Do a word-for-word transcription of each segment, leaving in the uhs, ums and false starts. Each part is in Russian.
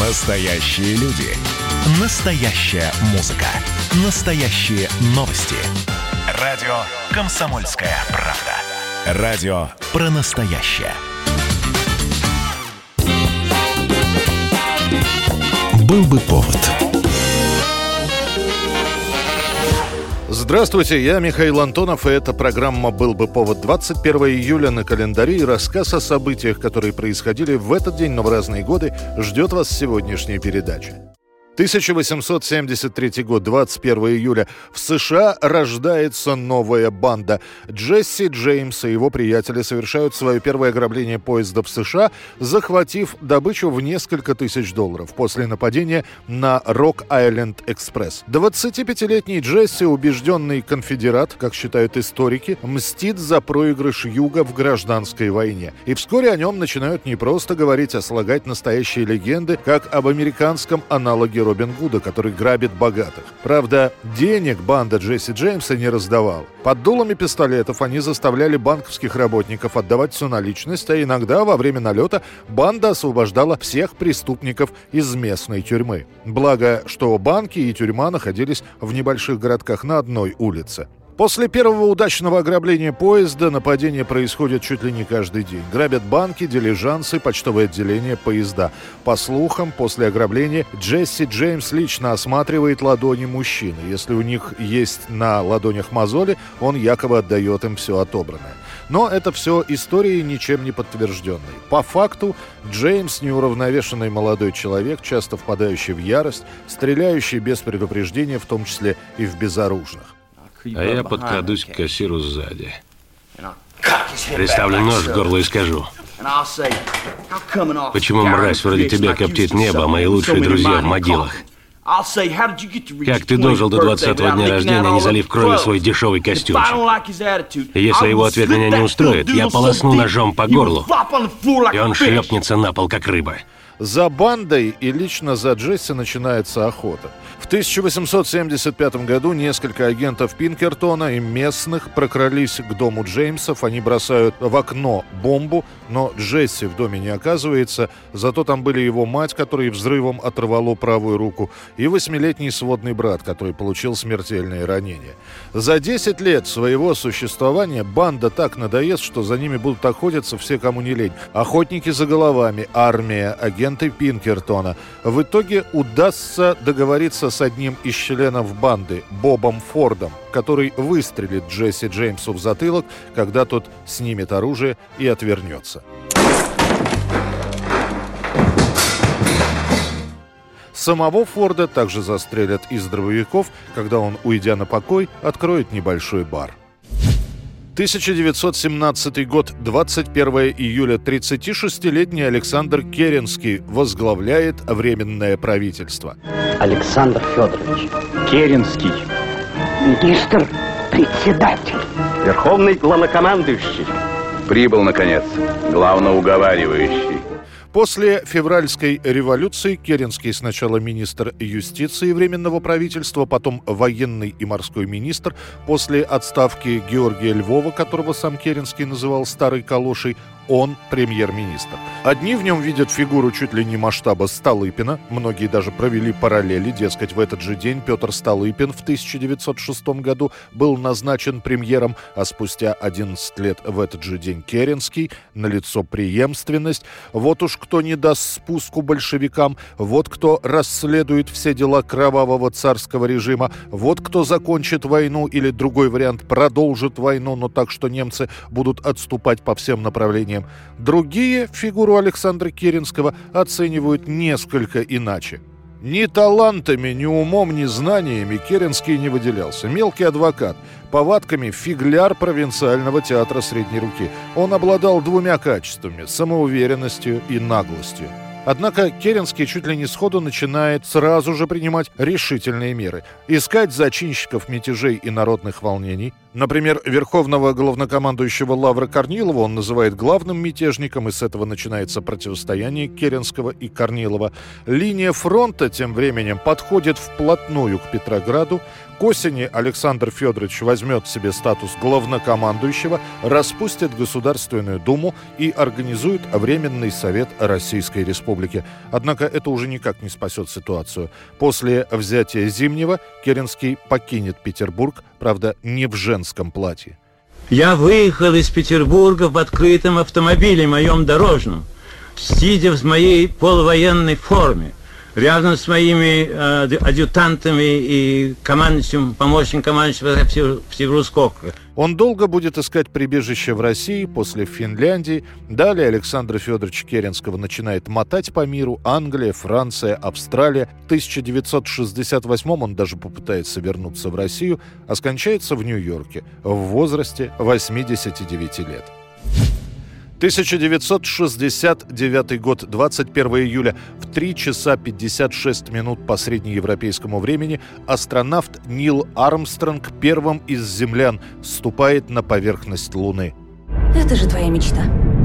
Настоящие люди. Настоящая музыка. Настоящие новости. Радио «Комсомольская правда». Радио про настоящее. Был бы повод. Здравствуйте, я Михаил Антонов, и эта программа «Был бы повод». двадцать первого июля на календаре, и рассказ о событиях, которые происходили в этот день, но в разные годы, ждет вас сегодняшняя передача. тысяча восемьсот семьдесят третий год, двадцать первого июля. В США рождается новая банда. Джесси Джеймс и его приятели совершают свое первое ограбление поезда в США, захватив добычу в несколько тысяч долларов после нападения на Рок-Айленд-экспресс. двадцатипятилетний Джесси, убежденный конфедерат, как считают историки, мстит за проигрыш Юга в гражданской войне. И вскоре о нем начинают не просто говорить, а слагать настоящие легенды, как об американском аналоге Робин Гуда, который грабит богатых. Правда, денег банда Джесси Джеймса не раздавала. Под дулами пистолетов они заставляли банковских работников отдавать всю наличность, а иногда во время налета банда освобождала всех преступников из местной тюрьмы. Благо, что банки и тюрьма находились в небольших городках на одной улице. После первого удачного ограбления поезда нападения происходят чуть ли не каждый день. Грабят банки, дилижансы, почтовые отделения, поезда. По слухам, после ограбления Джесси Джеймс лично осматривает ладони мужчины. Если у них есть на ладонях мозоли, он якобы отдает им все отобранное. Но это все истории, ничем не подтвержденные. По факту, Джеймс — неуравновешенный молодой человек, часто впадающий в ярость, стреляющий без предупреждения, в том числе и в безоружных. А я подкрадусь к кассиру сзади. Приставлю нож в горло и скажу: почему мразь вроде тебя коптит небо, а мои лучшие друзья в могилах? Как ты дожил до двадцатого дня рождения, не залив кровью свой дешевый костюмчик? И если его ответ меня не устроит, я полосну ножом по горлу, и он шлепнется на пол, как рыба. За бандой и лично за Джесси начинается охота. В тысяча восемьсот семьдесят пятом году несколько агентов Пинкертона и местных прокрались к дому Джеймсов. Они бросают в окно бомбу, но Джесси в доме не оказывается. Зато там были его мать, которой взрывом оторвало правую руку, и восьмилетний сводный брат, который получил смертельные ранения. За десять лет своего существования банда так надоест, что за ними будут охотиться все, кому не лень. Охотники за головами, армия, агенты Пинкертона. В итоге удастся договориться с одним из членов банды, Бобом Фордом, который выстрелит Джесси Джеймсу в затылок, когда тот снимет оружие и отвернется. Самого Форда также застрелят из дробовиков, когда он, уйдя на покой, откроет небольшой бар. тысяча девятьсот семнадцатый год, двадцать первого июля. тридцатишестилетний Александр Керенский возглавляет Временное правительство. Александр Федорович Керенский. Министр, председатель. Верховный главнокомандующий. Прибыл, наконец, главноуговаривающий. После февральской революции Керенский сначала министр юстиции Временного правительства, потом военный и морской министр. После отставки Георгия Львова, которого сам Керенский называл «старой калошей», он премьер-министр. Одни в нем видят фигуру чуть ли не масштаба Столыпина. Многие даже провели параллели. Дескать, в этот же день Петр Столыпин в тысяча девятьсот шестом году был назначен премьером, а спустя одиннадцать лет в этот же день Керенский. Налицо преемственность. Вот уж кто не даст спуску большевикам, вот кто расследует все дела кровавого царского режима, вот кто закончит войну или, другой вариант, продолжит войну, но так, что немцы будут отступать по всем направлениям. Другие фигуру Александра Керенского оценивают несколько иначе. Ни талантами, ни умом, ни знаниями Керенский не выделялся. Мелкий адвокат, повадками фигляр провинциального театра средней руки. Он обладал двумя качествами – самоуверенностью и наглостью. Однако Керенский чуть ли не сходу начинает сразу же принимать решительные меры. Искать зачинщиков мятежей и народных волнений, Например, верховного главнокомандующего Лавра Корнилова он называет главным мятежником, и с этого начинается противостояние Керенского и Корнилова. Линия фронта тем временем подходит вплотную к Петрограду. К осени Александр Федорович возьмет себе статус главнокомандующего, распустит Государственную Думу и организует Временный Совет Российской Республики. Однако это уже никак не спасет ситуацию. После взятия Зимнего Керенский покинет Петербург, правда, не в женском платье. Я выехал из Петербурга в открытом автомобиле моем дорожном, сидя в моей полувоенной форме, рядом с моими э, адъютантами и командующим, помощником командующего Североскока. Он долго будет искать прибежище в России, после Финляндии. Далее Александра Федоровича Керенского начинает мотать по миру: Англия, Франция, Австралия. В тысяча девятьсот шестьдесят восьмом он даже попытается вернуться в Россию, а скончается в Нью-Йорке в возрасте восьмидесяти девяти лет. тысяча девятьсот шестьдесят девятый год, двадцать первого июля, в три часа пятьдесят шесть минут по среднеевропейскому времени астронавт Нил Армстронг первым из землян ступает на поверхность Луны. Это же твоя мечта.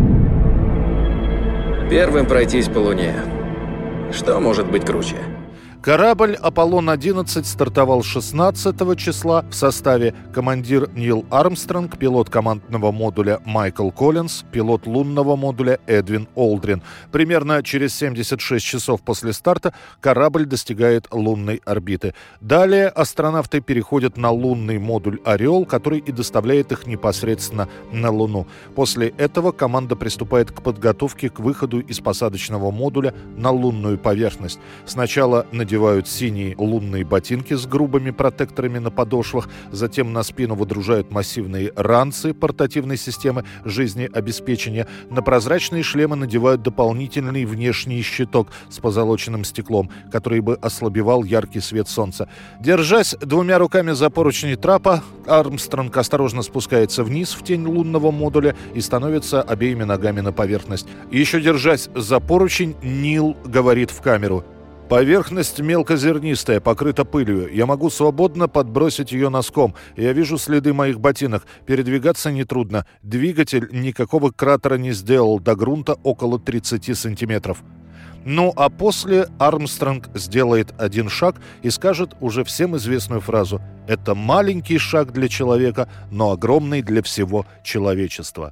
Первым пройтись по Луне. Что может быть круче? Корабль «Аполлон одиннадцать» стартовал шестнадцатого числа в составе командир Нил Армстронг, пилот командного модуля Майкл Коллинз, пилот лунного модуля Эдвин Олдрин. Примерно через семьдесят шесть часов после старта корабль достигает лунной орбиты. Далее астронавты переходят на лунный модуль «Орел», который и доставляет их непосредственно на Луну. После этого команда приступает к подготовке к выходу из посадочного модуля на лунную поверхность. Сначала на надевают синие лунные ботинки с грубыми протекторами на подошвах, затем на спину водружают массивные ранцы портативной системы жизнеобеспечения, на прозрачные шлемы надевают дополнительный внешний щиток с позолоченным стеклом, который бы ослабевал яркий свет солнца. Держась двумя руками за поручни трапа, Армстронг осторожно спускается вниз в тень лунного модуля и становится обеими ногами на поверхность. Еще держась за поручень, Нил говорит в камеру: «Поверхность мелкозернистая, покрыта пылью. Я могу свободно подбросить ее носком. Я вижу следы моих ботинок. Передвигаться нетрудно. Двигатель никакого кратера не сделал, до грунта около тридцати сантиметров». Ну а после Армстронг сделает один шаг и скажет уже всем известную фразу: «Это маленький шаг для человека, но огромный для всего человечества».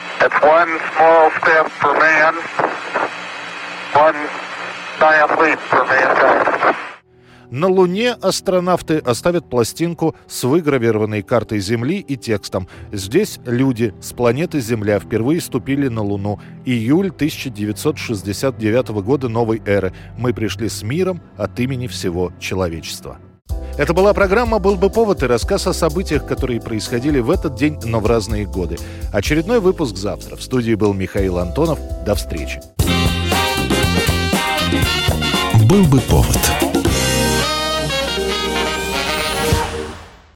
На Луне астронавты оставят пластинку с выгравированной картой Земли и текстом: «Здесь люди с планеты Земля впервые ступили на Луну. Июль тысяча девятьсот шестьдесят девятого года новой эры. Мы пришли с миром от имени всего человечества». Это была программа «Был бы повод» и рассказ о событиях, которые происходили в этот день, но в разные годы. Очередной выпуск завтра. В студии был Михаил Антонов. До встречи. «Был бы повод».